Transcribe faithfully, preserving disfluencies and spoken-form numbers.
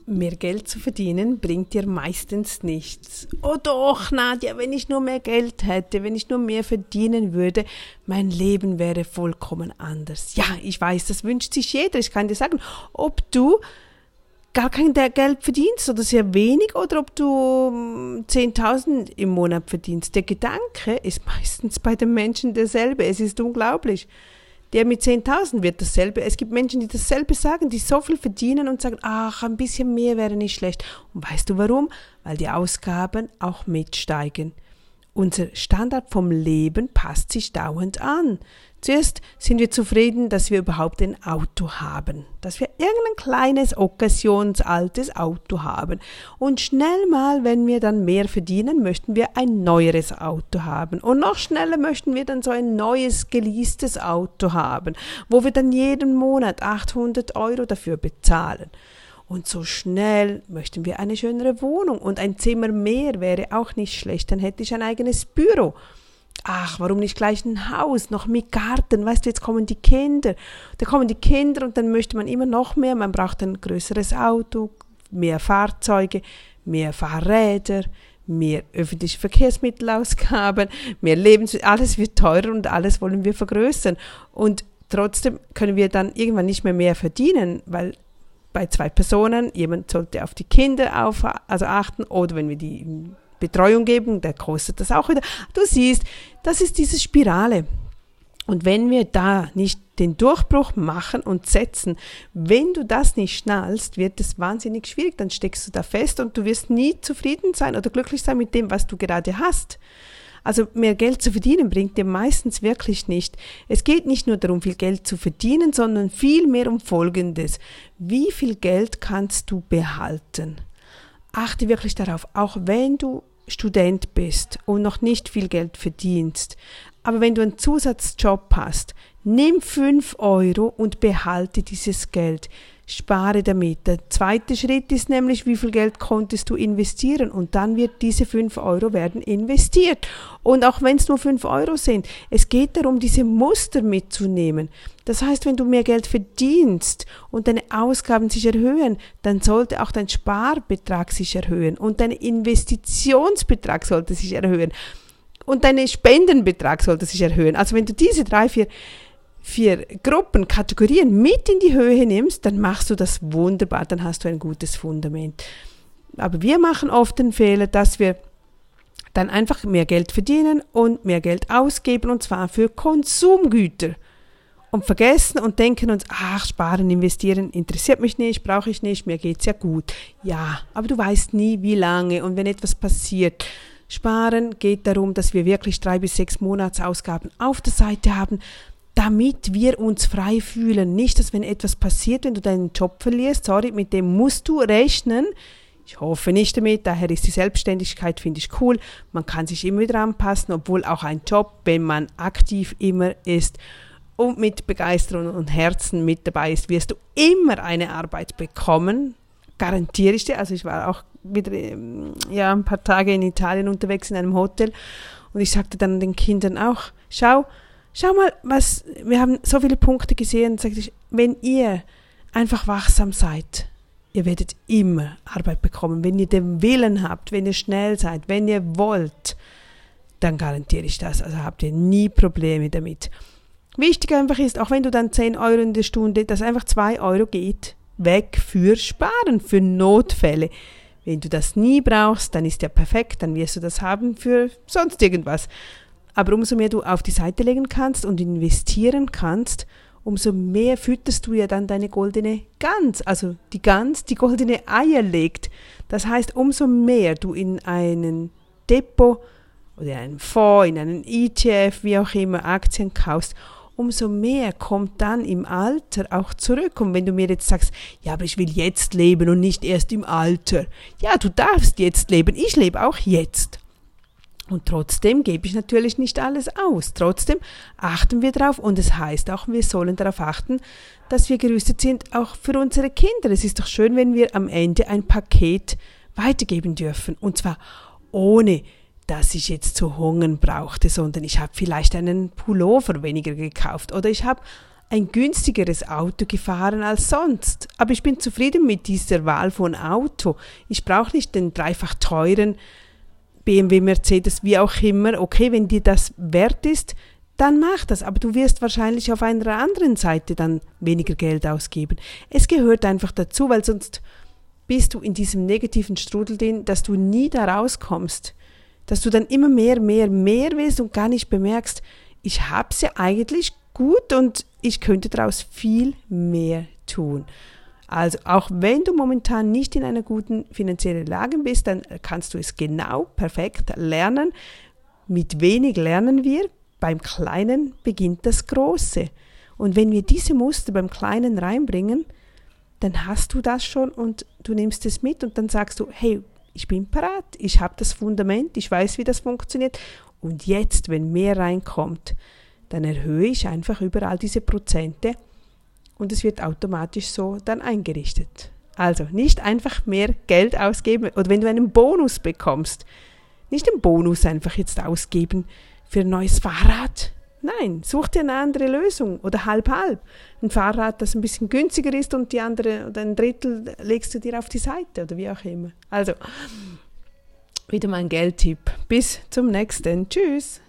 Mehr Geld zu verdienen bringt dir meistens nichts. Oh doch, Nadja, wenn ich nur mehr Geld hätte, wenn ich nur mehr verdienen würde, mein Leben wäre vollkommen anders. Ja, ich weiß, das wünscht sich jeder. Ich kann dir sagen, ob du gar kein Geld verdienst oder sehr wenig oder ob du zehntausend im Monat verdienst. Der Gedanke ist meistens bei den Menschen derselbe. Es ist unglaublich. Der mit zehntausend wird dasselbe. Es gibt Menschen, die dasselbe sagen, die so viel verdienen und sagen, ach, ein bisschen mehr wäre nicht schlecht. Und weißt du warum? Weil die Ausgaben auch mitsteigen. Unser Standard vom Leben passt sich dauernd an. Zuerst sind wir zufrieden, dass wir überhaupt ein Auto haben, dass wir irgendein kleines, occasionsaltes Auto haben. Und schnell mal, wenn wir dann mehr verdienen, möchten wir ein neueres Auto haben. Und noch schneller möchten wir dann so ein neues, geleastes Auto haben, wo wir dann jeden Monat achthundert Euro dafür bezahlen. Und so schnell möchten wir eine schönere Wohnung und ein Zimmer mehr wäre auch nicht schlecht, dann hätte ich ein eigenes Büro. Ach, warum nicht gleich ein Haus, noch mit Garten, weißt du, jetzt kommen die Kinder, da kommen die Kinder und dann möchte man immer noch mehr, man braucht ein größeres Auto, mehr Fahrzeuge, mehr Fahrräder, mehr öffentliche Verkehrsmittelausgaben, mehr Lebens, alles wird teurer und alles wollen wir vergrößern und trotzdem können wir dann irgendwann nicht mehr mehr verdienen, weil bei zwei Personen, jemand sollte auf die Kinder auf, also achten oder wenn wir die Betreuung geben, der kostet das auch wieder. Du siehst, das ist diese Spirale. Und wenn wir da nicht den Durchbruch machen und setzen, wenn du das nicht schnallst, wird es wahnsinnig schwierig. Dann steckst du da fest und du wirst nie zufrieden sein oder glücklich sein mit dem, was du gerade hast. Also mehr Geld zu verdienen bringt dir meistens wirklich nicht. Es geht nicht nur darum, viel Geld zu verdienen, sondern vielmehr um Folgendes. Wie viel Geld kannst du behalten? Achte wirklich darauf, auch wenn du Student bist und noch nicht viel Geld verdienst, aber wenn du einen Zusatzjob hast, nimm fünf Euro und behalte dieses Geld. Spare damit. Der zweite Schritt ist nämlich, wie viel Geld konntest du investieren und dann wird diese fünf Euro werden investiert. Und auch wenn es nur fünf Euro sind, es geht darum, diese Muster mitzunehmen. Das heißt, wenn du mehr Geld verdienst und deine Ausgaben sich erhöhen, dann sollte auch dein Sparbetrag sich erhöhen und dein Investitionsbetrag sollte sich erhöhen und dein Spendenbetrag sollte sich erhöhen. Also wenn du diese drei, vier vier Gruppen, Kategorien mit in die Höhe nimmst, dann machst du das wunderbar, dann hast du ein gutes Fundament. Aber wir machen oft den Fehler, dass wir dann einfach mehr Geld verdienen und mehr Geld ausgeben und zwar für Konsumgüter und vergessen und denken uns, ach, sparen, investieren, interessiert mich nicht, brauche ich nicht, mir geht's ja gut. Ja, aber du weißt nie, wie lange und wenn etwas passiert. Sparen geht darum, dass wir wirklich drei bis sechs Monatsausgaben auf der Seite haben, damit wir uns frei fühlen. Nicht, dass wenn etwas passiert, wenn du deinen Job verlierst, sorry, mit dem musst du rechnen. Ich hoffe nicht damit, daher ist die Selbstständigkeit, finde ich cool. Man kann sich immer wieder anpassen, obwohl auch ein Job, wenn man aktiv immer ist und mit Begeisterung und Herzen mit dabei ist, wirst du immer eine Arbeit bekommen. Garantiere ich dir. Also ich war auch wieder ja, ein paar Tage in Italien unterwegs in einem Hotel und ich sagte dann den Kindern auch, schau, Schau mal, was, wir haben so viele Punkte gesehen, sagte ich, wenn ihr einfach wachsam seid, ihr werdet immer Arbeit bekommen. Wenn ihr den Willen habt, wenn ihr schnell seid, wenn ihr wollt, dann garantiere ich das. Also habt ihr nie Probleme damit. Wichtig einfach ist, auch wenn du dann zehn Euro in der Stunde, dass einfach zwei Euro geht, weg für Sparen, für Notfälle. Wenn du das nie brauchst, dann ist ja perfekt, dann wirst du das haben für sonst irgendwas. Aber umso mehr du auf die Seite legen kannst und investieren kannst, umso mehr fütterst du ja dann deine goldene Gans. Also die Gans, die goldene Eier legt. Das heißt, umso mehr du in einen Depot oder in einen Fonds, in einen E T F, wie auch immer, Aktien kaufst, umso mehr kommt dann im Alter auch zurück. Und wenn du mir jetzt sagst, ja, aber ich will jetzt leben und nicht erst im Alter. Ja, du darfst jetzt leben. Ich lebe auch jetzt. Und trotzdem gebe ich natürlich nicht alles aus. Trotzdem achten wir darauf und es heißt auch, wir sollen darauf achten, dass wir gerüstet sind, auch für unsere Kinder. Es ist doch schön, wenn wir am Ende ein Paket weitergeben dürfen. Und zwar ohne, dass ich jetzt zu hungern brauchte, sondern ich habe vielleicht einen Pullover weniger gekauft oder ich habe ein günstigeres Auto gefahren als sonst. Aber ich bin zufrieden mit dieser Wahl von Auto. Ich brauche nicht den dreifach teuren B M W, Mercedes, wie auch immer. Okay, wenn dir das wert ist, dann mach das. Aber du wirst wahrscheinlich auf einer anderen Seite dann weniger Geld ausgeben. Es gehört einfach dazu, weil sonst bist du in diesem negativen Strudel drin, dass du nie da rauskommst. Dass du dann immer mehr, mehr, mehr willst und gar nicht bemerkst, ich habe es ja eigentlich gut und ich könnte daraus viel mehr tun. Also auch wenn du momentan nicht in einer guten finanziellen Lage bist, dann kannst du es genau perfekt lernen. Mit wenig lernen wir, beim Kleinen beginnt das Große. Und wenn wir diese Muster beim Kleinen reinbringen, dann hast du das schon und du nimmst es mit und dann sagst du, hey, ich bin parat, ich habe das Fundament, ich weiß, wie das funktioniert und jetzt, wenn mehr reinkommt, dann erhöhe ich einfach überall diese Prozente und es wird automatisch so dann eingerichtet. Also nicht einfach mehr Geld ausgeben oder wenn du einen Bonus bekommst, nicht den Bonus einfach jetzt ausgeben für ein neues Fahrrad. Nein, such dir eine andere Lösung oder halb-halb. Ein Fahrrad, das ein bisschen günstiger ist und die andere oder ein Drittel legst du dir auf die Seite oder wie auch immer. Also, wieder mein Geldtipp. Bis zum nächsten. Tschüss.